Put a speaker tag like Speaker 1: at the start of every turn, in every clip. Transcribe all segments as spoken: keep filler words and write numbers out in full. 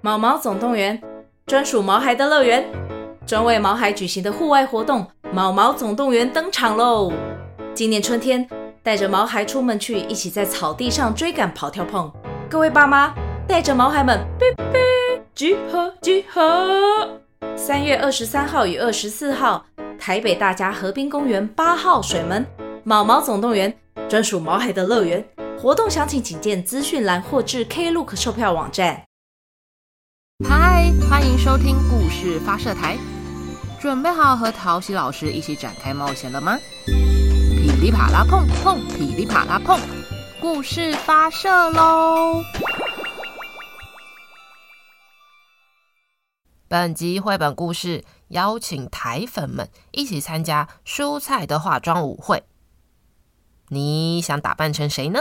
Speaker 1: 毛毛总动员，专属毛孩的乐园，专为毛孩举行的户外活动毛毛总动员登场喽！今年春天，带着毛孩出门去，一起在草地上追赶跑跳碰。各位爸妈，带着毛孩们，哔哔，集合集合！三月二十三号与二十四号，台北大家河滨公园八号水门毛毛总动员，专属毛孩的乐园。活动详情请见资讯栏或至 Klook 售票网站。
Speaker 2: 嗨，欢迎收听故事发射台，准备好和陶喜老师一起展开冒险了吗？噼里啪啦碰碰，噼里啪啦碰，故事发射喽！本集绘本故事邀请台粉们一起参加蔬菜的化妆舞会，你想打扮成谁呢？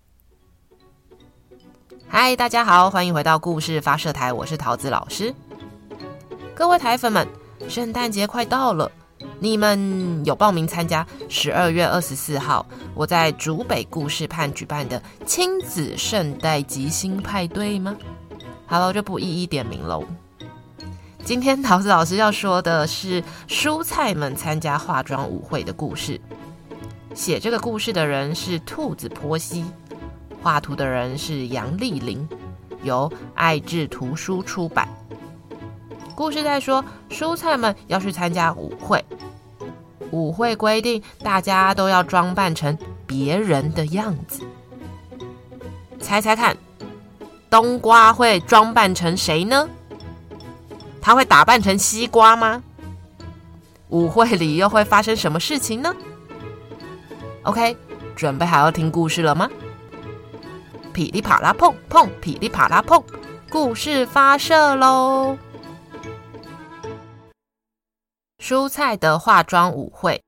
Speaker 2: 嗨，大家好，欢迎回到故事发射台，我是桃子老师。各位台粉们，圣诞节快到了，你们有报名参加十二月二十四号我在竹北故事畔举办的亲子圣诞即兴派对吗？好了，就不一一点名喽。今天桃子老师要说的是蔬菜们参加化妆舞会的故事。写这个故事的人是兔子波西，画图的人是杨丽玲，由爱智图书出版。故事在说蔬菜们要去参加舞会，舞会规定大家都要装扮成别人的样子。猜猜看，冬瓜会装扮成谁呢？他会打扮成西瓜吗？舞会里又会发生什么事情呢？ OK， 准备好要听故事了吗？噼里啪啦碰碰，噼里啪啦碰，故事发射喽！蔬菜的化妆舞会，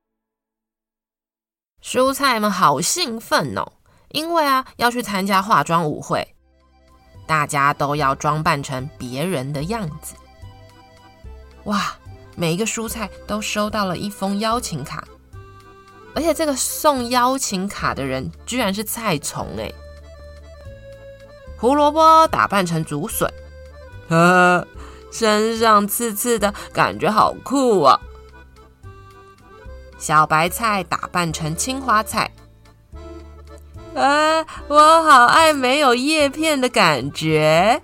Speaker 2: 蔬菜们好兴奋哦，因为啊要去参加化妆舞会，大家都要装扮成别人的样子。哇，每一个蔬菜都收到了一封邀请卡，而且这个送邀请卡的人居然是菜虫耶。胡萝卜打扮成竹笋，呵，身上刺刺的，感觉好酷啊！小白菜打扮成青花菜，啊，我好爱没有叶片的感觉。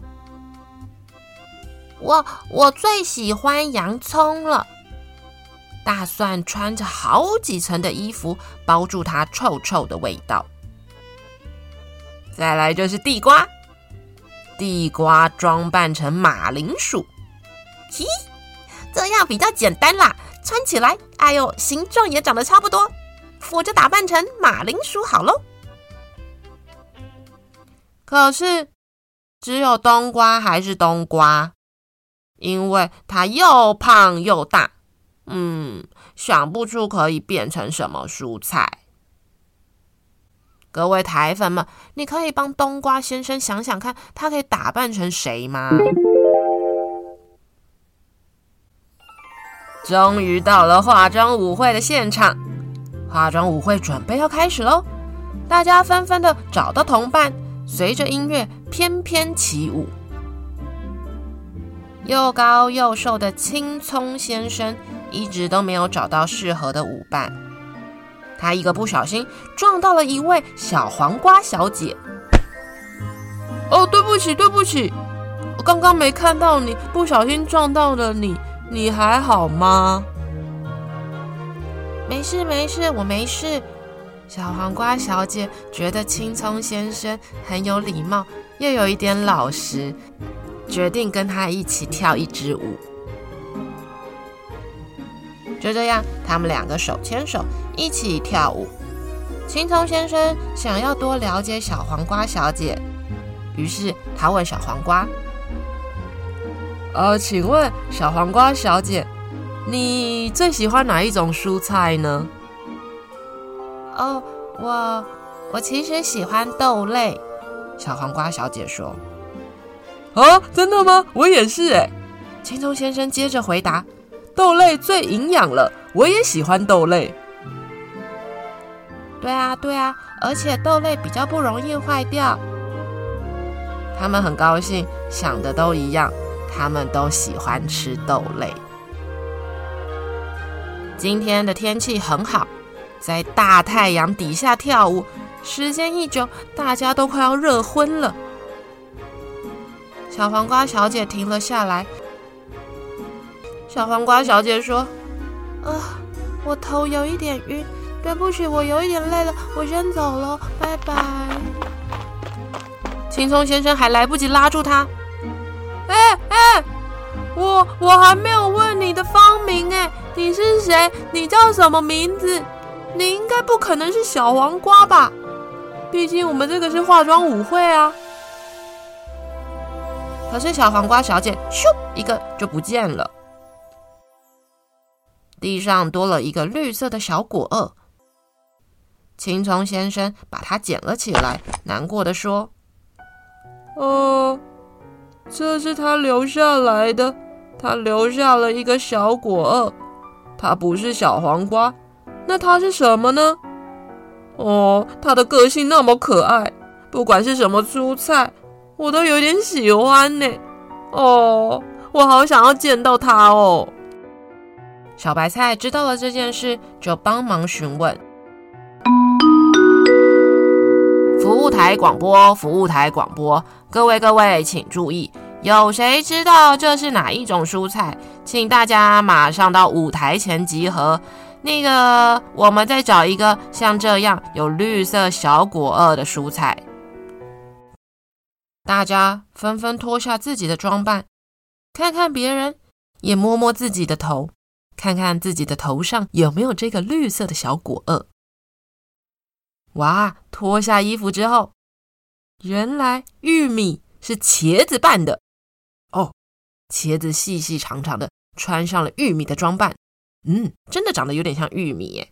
Speaker 2: 我我最喜欢洋葱了。大蒜穿着好几层的衣服，包住它臭臭的味道。再来就是地瓜，地瓜装扮成马铃薯，咦，这样比较简单啦，穿起来，哎呦，形状也长得差不多，我就打扮成马铃薯好咯。可是只有冬瓜还是冬瓜，因为它又胖又大，嗯，想不出可以变成什么蔬菜。各位台粉们，你可以帮冬瓜先生想想看，他可以打扮成谁吗？终于到了化妆舞会的现场，化妆舞会准备要开始咯，大家纷纷的找到同伴，随着音乐翩翩起舞。又高又瘦的青葱先生一直都没有找到适合的舞伴，他一个不小心撞到了一位小黄瓜小姐。哦，对不起对不起，我刚刚没看到你，不小心撞到了你，你还好吗？没事没事，我没事。小黄瓜小姐觉得青葱先生很有礼貌，又有一点老实，决定跟他一起跳一支舞。就这样，他们两个手牵手一起跳舞。青葱先生想要多了解小黄瓜小姐，于是他问小黄瓜：呃，请问小黄瓜小姐，你最喜欢哪一种蔬菜呢？哦，我我其实喜欢豆类。小黄瓜小姐说。啊，真的吗？我也是耶。青葱先生接着回答：豆类最营养了，我也喜欢豆类。对啊对啊，而且豆类比较不容易坏掉。 他们很高兴，想的都一样，他们都喜欢吃豆类。今天的天气很好，在大太阳底下跳舞，时间一久，大家都快要热昏了。小黄瓜小姐停了下来。小黄瓜小姐说：啊，我头有一点晕，对不起，我有一点累了，我先走了，拜拜。青葱先生还来不及拉住他。哎哎，我我还没有问你的芳名哎，你是谁？你叫什么名字？你应该不可能是小黄瓜吧？毕竟我们这个是化妆舞会啊。可是小黄瓜小姐咻一个就不见了，地上多了一个绿色的小果萼。青葱先生把它捡了起来，难过的说：哦，这是他留下来的，他留下了一个小果萼，他不是小黄瓜，那他是什么呢？哦，他的个性那么可爱，不管是什么蔬菜，我都有点喜欢呢。哦，我好想要见到他哦。小白菜知道了这件事，就帮忙询问。服务台广播，服务台广播，各位各位请注意，有谁知道这是哪一种蔬菜？请大家马上到舞台前集合。那个，我们再找一个像这样有绿色小果萼的蔬菜。大家纷纷脱下自己的装扮，看看别人，也摸摸自己的头，看看自己的头上有没有这个绿色的小果萼。哇，脱下衣服之后，原来玉米是茄子扮的哦，茄子细细长长的，穿上了玉米的装扮，嗯，真的长得有点像玉米耶。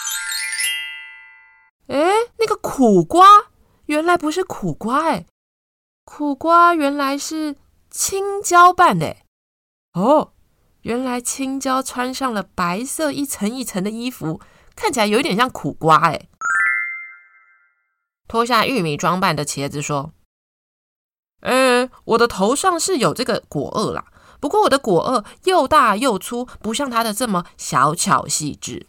Speaker 2: 诶，那个苦瓜原来不是苦瓜诶，苦瓜原来是青椒扮的耶。哦，原来青椒穿上了白色一层一层的衣服，看起来有点像苦瓜耶。脱下玉米装扮的茄子说：呃，我的头上是有这个果萼啦，不过我的果萼又大又粗，不像它的这么小巧细致。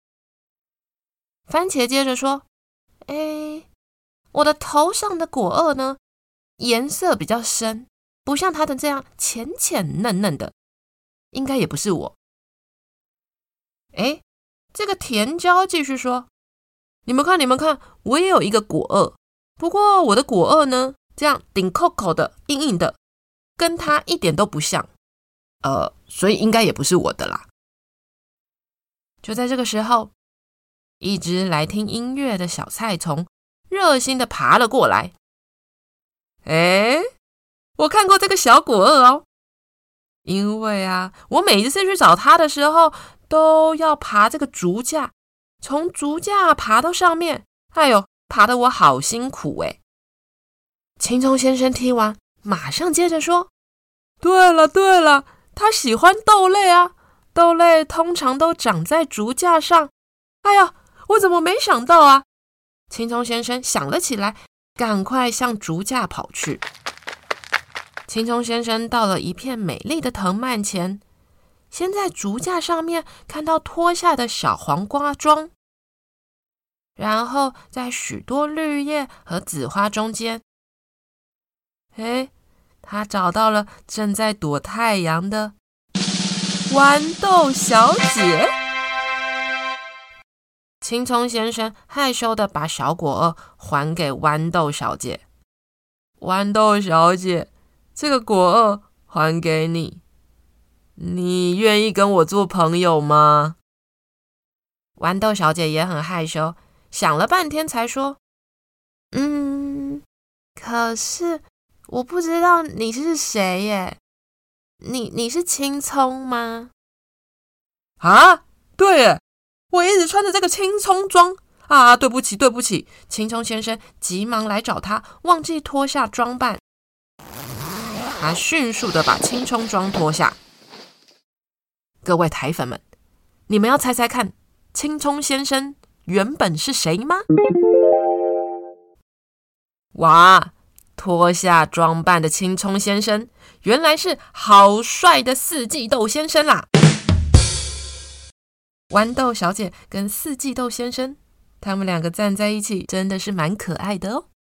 Speaker 2: 番茄接着说：诶，我的头上的果萼呢，颜色比较深，不像它的这样浅浅嫩嫩的，应该也不是我。诶，这个甜椒继续说：你们看，你们看，我也有一个果萼，不过我的果萼呢，这样顶扣扣的、硬硬的，跟它一点都不像，呃，所以应该也不是我的啦。就在这个时候，一只来听音乐的小菜虫热心的爬了过来。诶，我看过这个小果萼哦，因为啊，我每一次去找它的时候，都要爬这个竹架。从竹架爬到上面，哎呦，爬得我好辛苦诶。青葱先生听完，马上接着说：对了对了，他喜欢豆类啊，豆类通常都长在竹架上。哎呀，我怎么没想到啊？青葱先生想了起来，赶快向竹架跑去。青葱先生到了一片美丽的藤蔓前，先在竹架上面看到脱下的小黄瓜桩，然后在许多绿叶和紫花中间，诶，他找到了正在躲太阳的豌豆小姐。青葱先生害羞地把小果萼还给豌豆小姐。豌豆小姐，这个果萼还给你，你愿意跟我做朋友吗？豌豆小姐也很害羞，想了半天才说：嗯，可是我不知道你是谁耶，你你是青葱吗？啊，对耶，我一直穿着这个青葱装啊，对不起对不起。青葱先生急忙来找他，忘记脱下装扮。他迅速的把青葱装脱下。各位台粉们，你们要猜猜看，青葱先生原本是谁吗？哇， 脱下装扮的青葱先生，原来是好帅的四季豆先生啦！豌豆小姐跟四季豆先生，他们两个站在一起，真的是蛮可爱的哦。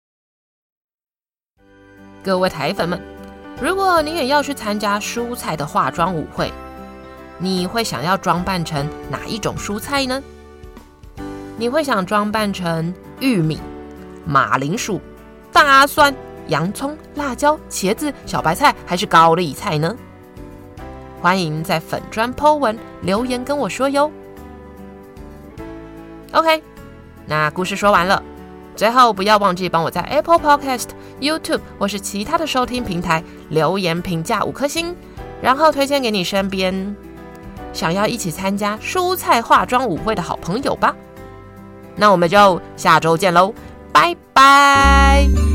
Speaker 2: 各位台粉们，如果你也要去参加蔬菜的化妆舞会，你会想要装扮成哪一种蔬菜呢？你会想装扮成玉米、马铃薯、大蒜、洋葱、辣椒、茄子、小白菜还是高丽菜呢？欢迎在粉专 po 文留言跟我说哟。OK， 那故事说完了，最后不要忘记帮我在 Apple Podcast、YouTube 或是其他的收听平台留言评价五颗星，然后推荐给你身边想要一起参加蔬菜化妆舞会的好朋友吧。那我们就下周见喽，拜拜。